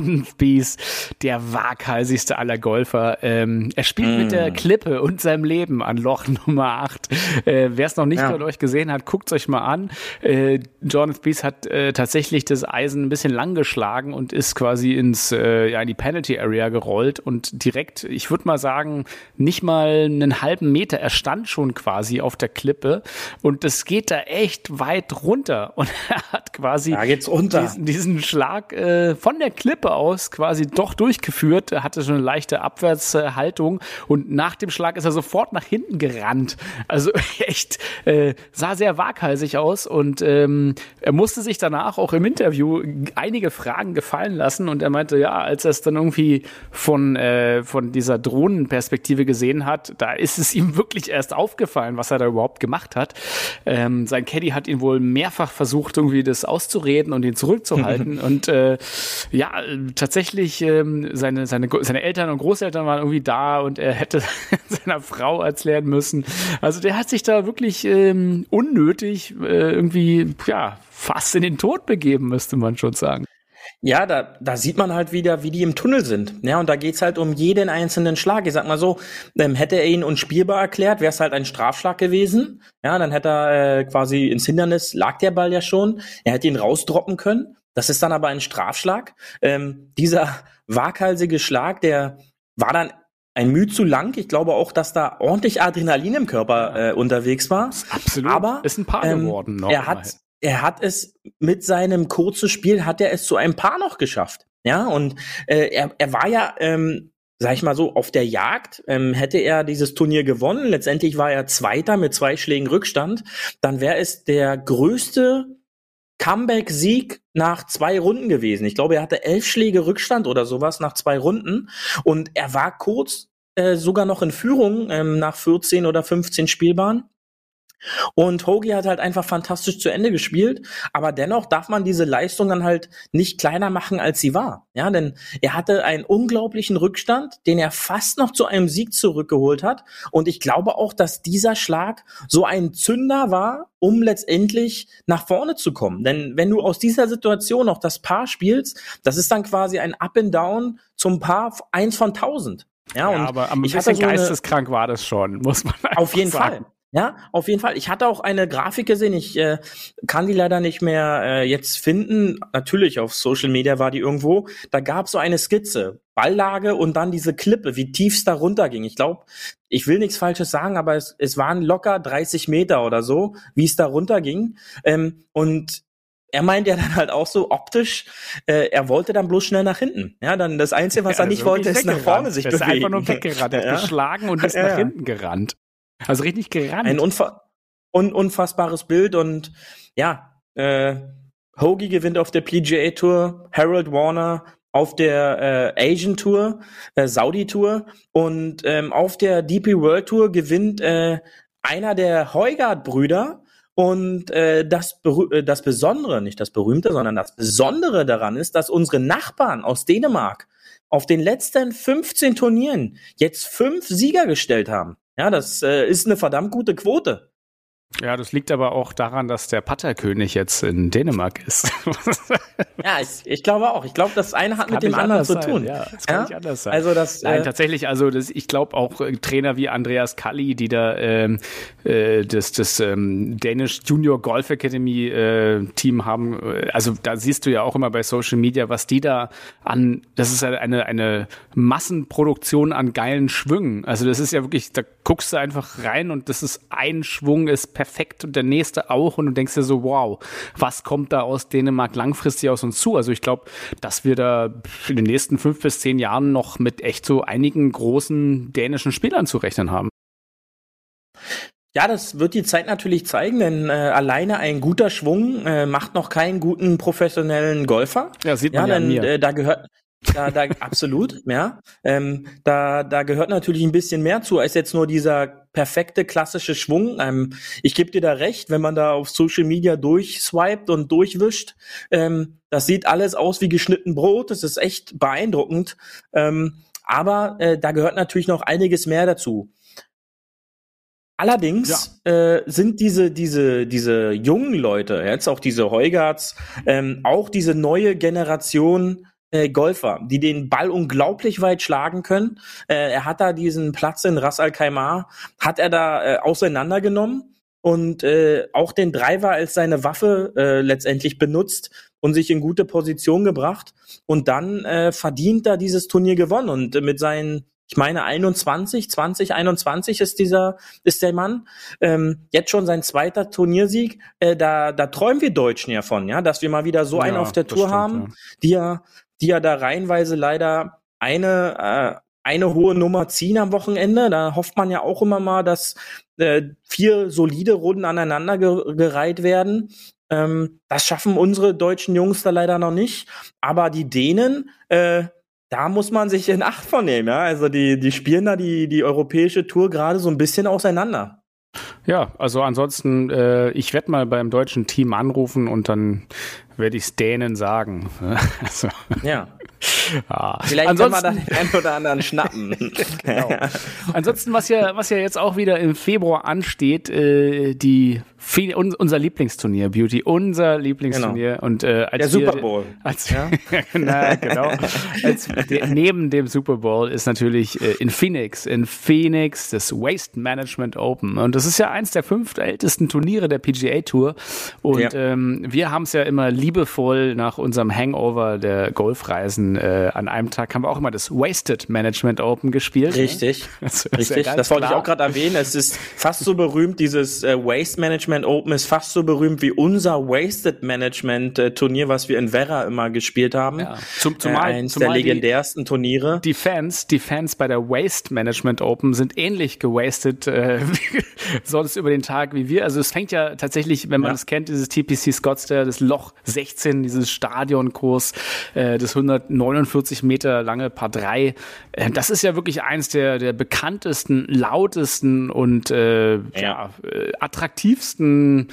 der waghalsigste aller Golfer. Er spielt mit der Klippe und seinem Leben an Loch Nummer 8. Wer es noch nicht von euch gesehen hat, guckt es euch mal an. Jordan Spieth hat tatsächlich das Eisen ein bisschen lang geschlagen und ist quasi in die Penalty Area gerollt und direkt, ich würde mal sagen, nicht mal einen halben Meter, er stand schon quasi auf der Klippe und das geht da echt weit runter und er hat quasi diesen Schlag von der Klippe aus quasi doch durchgeführt, er hatte schon eine leichte Abwärtshaltung und nach dem Schlag ist er sofort nach hinten gerannt, also echt sah sehr waghalsig aus und er musste sich danach auch im Interview einige Fragen gefallen lassen und er meinte, ja, als er es dann irgendwie von dieser Drohnenperspektive gesehen hat, da ist es ihm wirklich erst aufgefallen, was er da überhaupt gemacht hat. Sein Caddy hat ihn wohl mehrfach versucht, irgendwie das auszureden und ihn zurückzuhalten und tatsächlich seine Eltern und Großeltern waren irgendwie da und er hätte seiner Frau erklären müssen. Also der hat sich da wirklich unnötig irgendwie, fast in den Tod begeben, müsste man schon sagen. Ja, da sieht man halt wieder, wie die im Tunnel sind. Ja, und da geht's halt um jeden einzelnen Schlag. Ich sag mal so, hätte er ihn unspielbar erklärt, wäre es halt ein Strafschlag gewesen. Ja, dann hätte er quasi ins Hindernis, lag der Ball ja schon. Er hätte ihn rausdroppen können. Das ist dann aber ein Strafschlag. Dieser waghalsige Schlag, der war dann ein Mühe zu lang. Ich glaube auch, dass da ordentlich Adrenalin im Körper unterwegs war. Absolut. Aber ist ein Paar geworden noch. Er hat es mit seinem kurzen Spiel, hat er es zu einem Paar noch geschafft. Ja, und er war ja, sag ich mal so, auf der Jagd, hätte er dieses Turnier gewonnen. Letztendlich war er Zweiter mit 2 Schlägen Rückstand. Dann wäre es der größte Comeback-Sieg nach 2 Runden gewesen. Ich glaube, er hatte 11 Schläge Rückstand oder sowas nach 2 Runden. Und er war kurz sogar noch in Führung nach 14 oder 15 Spielbahnen. Und Hoge hat halt einfach fantastisch zu Ende gespielt, aber dennoch darf man diese Leistung dann halt nicht kleiner machen, als sie war. Ja, denn er hatte einen unglaublichen Rückstand, den er fast noch zu einem Sieg zurückgeholt hat. Und ich glaube auch, dass dieser Schlag so ein Zünder war, um letztendlich nach vorne zu kommen. Denn wenn du aus dieser Situation noch das Paar spielst, das ist dann quasi ein Up and Down zum Paar 1 von 1000. Ja, und aber ein bisschen geisteskrank war das schon, muss man einfach auf jeden sagen. Fall. Ja, auf jeden Fall. Ich hatte auch eine Grafik gesehen, ich kann die leider nicht mehr jetzt finden. Natürlich, auf Social Media war die irgendwo. Da gab es so eine Skizze, Balllage und dann diese Klippe, wie tief es da runterging. Ich glaube, ich will nichts Falsches sagen, aber es waren locker 30 Meter oder so, wie es da runterging. Und er meint ja dann halt auch so optisch, er wollte dann bloß schnell nach hinten. Ja, dann das Einzige, was er nicht wollte, ist nach vorne sich bewegen. Er ist einfach nur weggerannt, er hat geschlagen und ist nach hinten gerannt. Also richtig gerannt. Ein unfassbares Bild und ja, Hoge gewinnt auf der PGA Tour, Harold Warner auf der Asian Tour, Saudi Tour und auf der DP World Tour gewinnt einer der Højgaard-Brüder und das Besondere, nicht das Berühmte, sondern das Besondere daran ist, dass unsere Nachbarn aus Dänemark auf den letzten 15 Turnieren jetzt 5 Sieger gestellt haben. Ja, das ist eine verdammt gute Quote. Ja, das liegt aber auch daran, dass der Patterkönig jetzt in Dänemark ist. Ja, ich glaube auch. Ich glaube, das eine hat mit dem anderen zu tun. Ja, das kann nicht anders sein. Also Nein, tatsächlich, ich glaube auch Trainer wie Andreas Kalli, die da das Danish Junior Golf Academy Team haben, also da siehst du ja auch immer bei Social Media, was die da das ist eine Massenproduktion an geilen Schwüngen. Also das ist ja wirklich, da guckst du einfach rein und das ist ein Schwung ist perfekt und der nächste auch und du denkst dir so, wow, was kommt da aus Dänemark langfristig aus uns zu? Also ich glaube, dass wir da in den nächsten 5 bis 10 Jahren noch mit echt so einigen großen dänischen Spielern zu rechnen haben. Ja, das wird die Zeit natürlich zeigen, denn alleine ein guter Schwung macht noch keinen guten professionellen Golfer. Ja, sieht man ja an mir. Da gehört absolut, ja. Da gehört natürlich ein bisschen mehr zu, als jetzt nur dieser perfekte klassische Schwung. Ich gebe dir da recht, wenn man da auf Social Media durchswiped und durchwischt, das sieht alles aus wie geschnitten Brot, das ist echt beeindruckend. Aber da gehört natürlich noch einiges mehr dazu. Allerdings sind diese jungen Leute, jetzt auch diese Højgaards, auch diese neue Generation Golfer, die den Ball unglaublich weit schlagen können. Er hat da diesen Platz in Ras Al Khaimah, hat er da auseinandergenommen und auch den Driver als seine Waffe letztendlich benutzt und sich in gute Position gebracht und dann verdient da dieses Turnier gewonnen und mit seinen, ich meine 2021 ist der Mann, jetzt schon sein 2. Turniersieg, da träumen wir Deutschen ja von, ja, dass wir mal wieder so einen auf der Tour haben, ja. die ja da reihenweise leider eine hohe Nummer ziehen am Wochenende. Da hofft man ja auch immer mal, dass 4 solide Runden aneinander gereiht werden. Das schaffen unsere deutschen Jungs da leider noch nicht. Aber die Dänen, da muss man sich in Acht vornehmen. Ja? Also die spielen da die europäische Tour gerade so ein bisschen auseinander. Ja, also ansonsten, ich werde mal beim deutschen Team anrufen und dann werde ich es Dänen sagen. Also. Ja. Vielleicht können wir da den einen oder anderen schnappen. Genau. Ansonsten, was ja jetzt auch wieder im Februar ansteht, die unser Lieblingsturnier, Beauty, unser Lieblingsturnier. Genau. Und der Super Bowl. Genau. Neben dem Super Bowl ist natürlich in Phoenix das Waste Management Open. Und das ist ja eins der 5 ältesten Turniere der PGA Tour. Und wir haben es ja immer liebevoll nach unserem Hangover der Golfreisen an einem Tag haben wir auch immer das Wasted Management Open gespielt. Richtig, richtig. Das wollte ich auch gerade erwähnen. Es ist fast so berühmt, dieses Waste Management Open ist fast so berühmt wie unser Wasted Management Turnier, was wir in Werra immer gespielt haben. Ja. Eins der legendärsten Turniere. Die Fans bei der Waste Management Open sind ähnlich gewastet sonst über den Tag wie wir. Also es fängt ja tatsächlich, wenn man es kennt, dieses TPC Scottsdale, das Loch 16, dieses Stadionkurs, das 149 Meter lange Par 3. Das ist ja wirklich eins der bekanntesten, lautesten und attraktivsten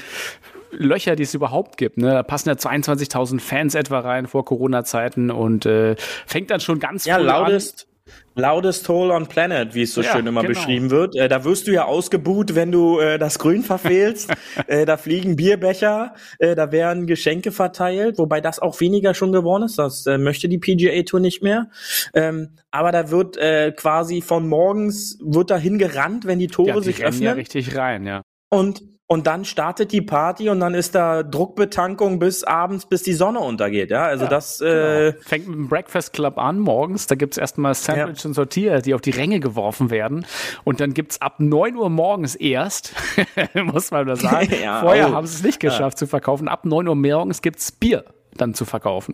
Löcher, die es überhaupt gibt. Ne? Da passen ja 22.000 Fans etwa rein vor Corona-Zeiten und fängt dann schon ganz früh an. Loudest Hole on Planet, wie es so schön immer beschrieben wird. Da wirst du ja ausgebuht, wenn du das Grün verfehlst. Da fliegen Bierbecher, da werden Geschenke verteilt, wobei das auch weniger schon geworden ist. Das möchte die PGA Tour nicht mehr. Aber da wird quasi von morgens wird da hingerannt, wenn die Tore sich öffnen. Ja, richtig rein, ja. Und dann startet die Party und dann ist da Druckbetankung bis abends, bis die Sonne untergeht. Ja, also das fängt mit dem Breakfast Club an morgens. Da gibt's erstmal Sandwich und Tortilla, die auf die Ränge geworfen werden. Und dann gibt's ab 9 Uhr morgens erst, muss man da sagen, vorher haben sie es nicht geschafft zu verkaufen. Ab 9 Uhr morgens gibt's Bier dann zu kaufen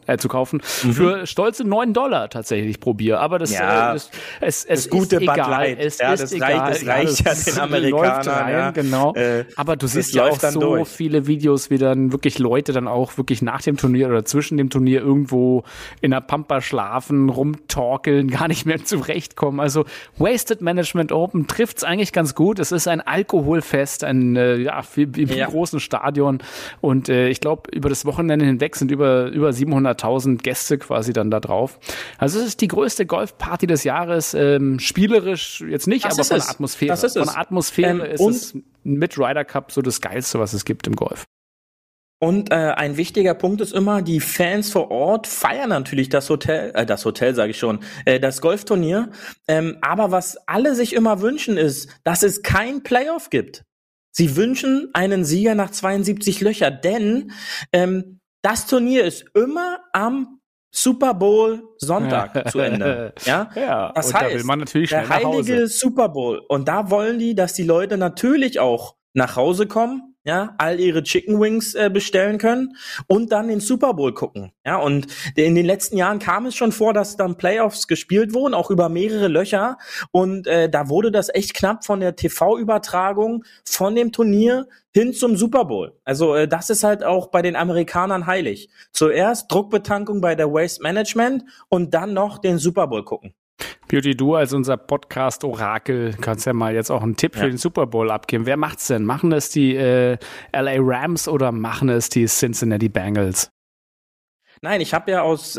für stolze $9 tatsächlich pro Bier. Aber das ist gute egal. Bud Light. Es ist egal. Das reicht ja den Amerikanern. Rein, genau. Aber du siehst ja auch so viele Videos, wie dann wirklich Leute dann auch wirklich nach dem Turnier oder zwischen dem Turnier irgendwo in der Pampa schlafen, rumtorkeln, gar nicht mehr zurechtkommen. Also Wasted Management Open trifft's eigentlich ganz gut. Es ist ein Alkoholfest, ein großen Stadion und ich glaube, über das Wochenende hinweg sind über 700.000 Gäste quasi dann da drauf. Also es ist die größte Golfparty des Jahres, spielerisch jetzt nicht, aber von der Atmosphäre. Von der Atmosphäre ist es mit Ryder Cup so das Geilste, was es gibt im Golf. Und ein wichtiger Punkt ist immer, die Fans vor Ort feiern natürlich das Golfturnier. Aber was alle sich immer wünschen ist, dass es kein Playoff gibt. Sie wünschen einen Sieger nach 72 Löcher, denn das Turnier ist immer am Super Bowl Sonntag zu Ende. Ja, das heißt, da will man natürlich der heilige Super Bowl. Und da wollen die, dass die Leute natürlich auch nach Hause kommen, ja, all ihre Chicken Wings bestellen können und dann den Super Bowl gucken. Ja, und in den letzten Jahren kam es schon vor, dass dann Playoffs gespielt wurden, auch über mehrere Löcher. Und da wurde das echt knapp von der TV-Übertragung von dem Turnier hin zum Super Bowl. Also das ist halt auch bei den Amerikanern heilig. Zuerst Druckbetankung bei der Waste Management und dann noch den Super Bowl gucken. Beauty, du als unser Podcast-Orakel kannst ja mal jetzt auch einen Tipp für den Super Bowl abgeben. Wer macht's denn? Machen es die LA Rams oder machen es die Cincinnati Bengals? Nein, ich habe ja aus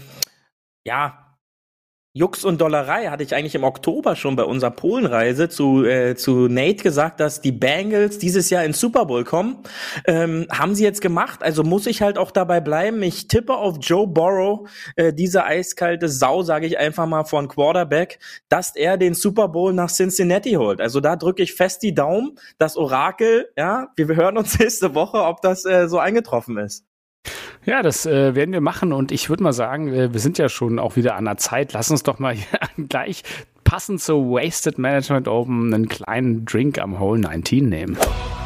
Jux und Dollerei hatte ich eigentlich im Oktober schon bei unserer Polenreise zu Nate gesagt, dass die Bengals dieses Jahr ins Super Bowl kommen. Haben sie jetzt gemacht, also muss ich halt auch dabei bleiben. Ich tippe auf Joe Burrow, diese eiskalte Sau, sage ich einfach mal, von Quarterback, dass er den Super Bowl nach Cincinnati holt. Also da drücke ich fest die Daumen. Das Orakel, wir hören uns nächste Woche, ob das so eingetroffen ist. Ja, das werden wir machen und ich würde mal sagen, wir sind ja schon auch wieder an der Zeit. Lass uns doch mal gleich passend zu Wasted Management Open einen kleinen Drink am Hole 19 nehmen.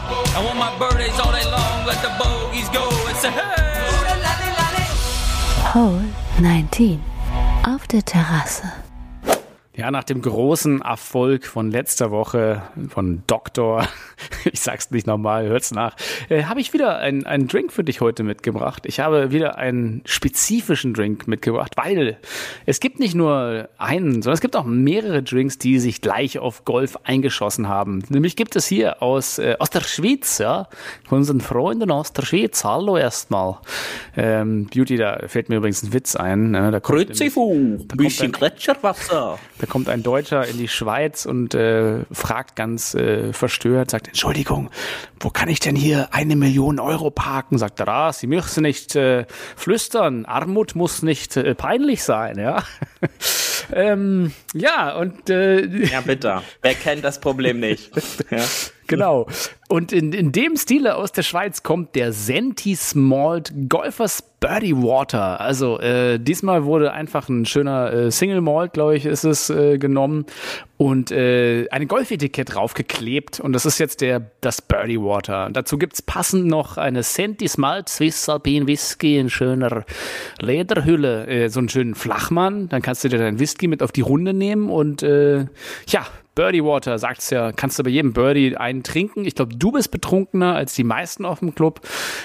Hole 19 auf der Terrasse. Ja, nach dem großen Erfolg von letzter Woche von Doktor, ich sag's nicht nochmal, hört's nach, habe ich wieder einen Drink für dich heute mitgebracht. Ich habe wieder einen spezifischen Drink mitgebracht, weil es gibt nicht nur einen, sondern es gibt auch mehrere Drinks, die sich gleich auf Golf eingeschossen haben. Nämlich gibt es hier aus der Schweiz, ja, von unseren Freunden aus der Schweiz. Hallo erstmal. Beauty, da fällt mir übrigens ein Witz ein. Grüezi, bisschen Gletscherwasser. Da kommt ein Deutscher in die Schweiz und fragt ganz verstört, sagt, Entschuldigung, wo kann ich denn hier 1 Million Euro parken? Sagt er, Sie müssen nicht flüstern, Armut muss nicht peinlich sein, ja. Ja, und ja, bitte. Wer kennt das Problem nicht? Ja. Genau. Und in dem Stile aus der Schweiz kommt der Sentis Malt Golfers Birdie Water. Also diesmal wurde einfach ein schöner Single Malt, glaube ich, ist es genommen und ein Golfetikett draufgeklebt. Und das ist jetzt das Birdie Water. Und dazu gibt's passend noch eine Sentis Malt Swiss Alpine Whisky in schöner Lederhülle, so einen schönen Flachmann. Dann kannst du dir deinen Whisky mit auf die Runde nehmen und ja, Birdie Water, sagt's ja, kannst du bei jedem Birdie einen trinken. Ich glaube, du bist betrunkener als die meisten auf dem Club.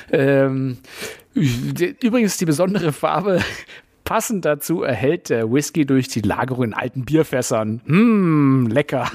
Übrigens die besondere Farbe, passend dazu erhält der Whisky durch die Lagerung in alten Bierfässern. Lecker.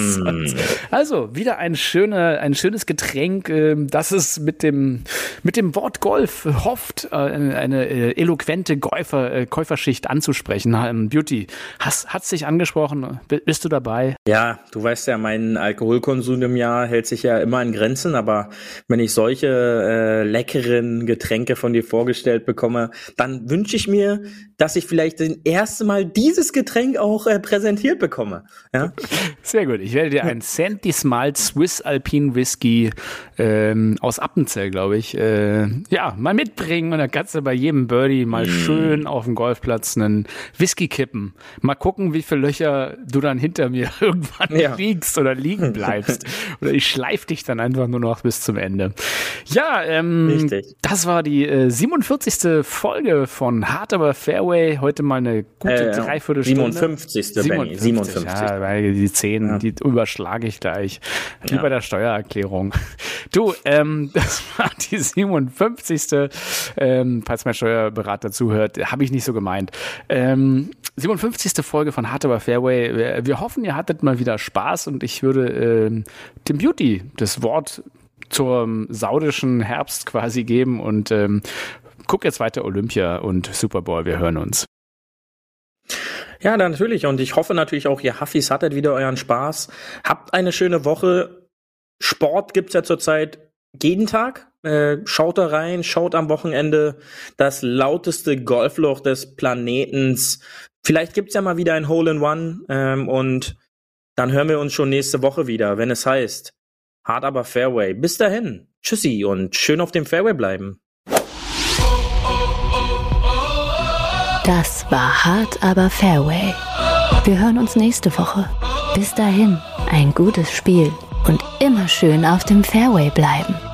Also wieder ein schönes Getränk, das es mit dem Wort Golf hofft, eine eloquente Käuferschicht anzusprechen. Beauty, hat's dich angesprochen? Bist du dabei? Ja, du weißt ja, mein Alkoholkonsum im Jahr hält sich ja immer in Grenzen, aber wenn ich solche leckeren Getränke von dir vorgestellt bekomme, dann wünsche ich mir, dass ich vielleicht das erste Mal dieses Getränk auch präsentiert bekomme. Ja? Sehr gut. Ich werde dir einen Sentis Malt Swiss Alpine Whisky aus Appenzell, glaube ich, mal mitbringen. Und dann kannst du bei jedem Birdie mal schön auf dem Golfplatz einen Whisky kippen. Mal gucken, wie viele Löcher du dann hinter mir irgendwann liegst oder liegen bleibst. Oder ich schleife dich dann einfach nur noch bis zum Ende. Ja, richtig. Das war die 47. Folge von Hard aber Fairway. Heute mal eine gute Dreiviertelstunde. 57. Benny. 57. Ja, weil die 10, die überschlage ich gleich. Wie bei der Steuererklärung. Du, das war die 57. Falls mein Steuerberater zuhört, habe ich nicht so gemeint. 57. Folge von Hard aber Fairway. Wir hoffen, ihr hattet mal wieder Spaß und ich würde dem Beauty das Wort zum saudischen Herbst quasi geben und guck jetzt weiter Olympia und Super Bowl, wir hören uns. Ja, natürlich und ich hoffe natürlich auch, ihr Huffis hattet wieder euren Spaß. Habt eine schöne Woche. Sport gibt's ja zurzeit jeden Tag. Schaut da rein, schaut am Wochenende das lauteste Golfloch des Planetens. Vielleicht gibt's ja mal wieder ein Hole-in-One und dann hören wir uns schon nächste Woche wieder, wenn es heißt Hard aber Fairway. Bis dahin, tschüssi und schön auf dem Fairway bleiben. Das war Hard aber Fairway. Wir hören uns nächste Woche. Bis dahin, ein gutes Spiel und immer schön auf dem Fairway bleiben.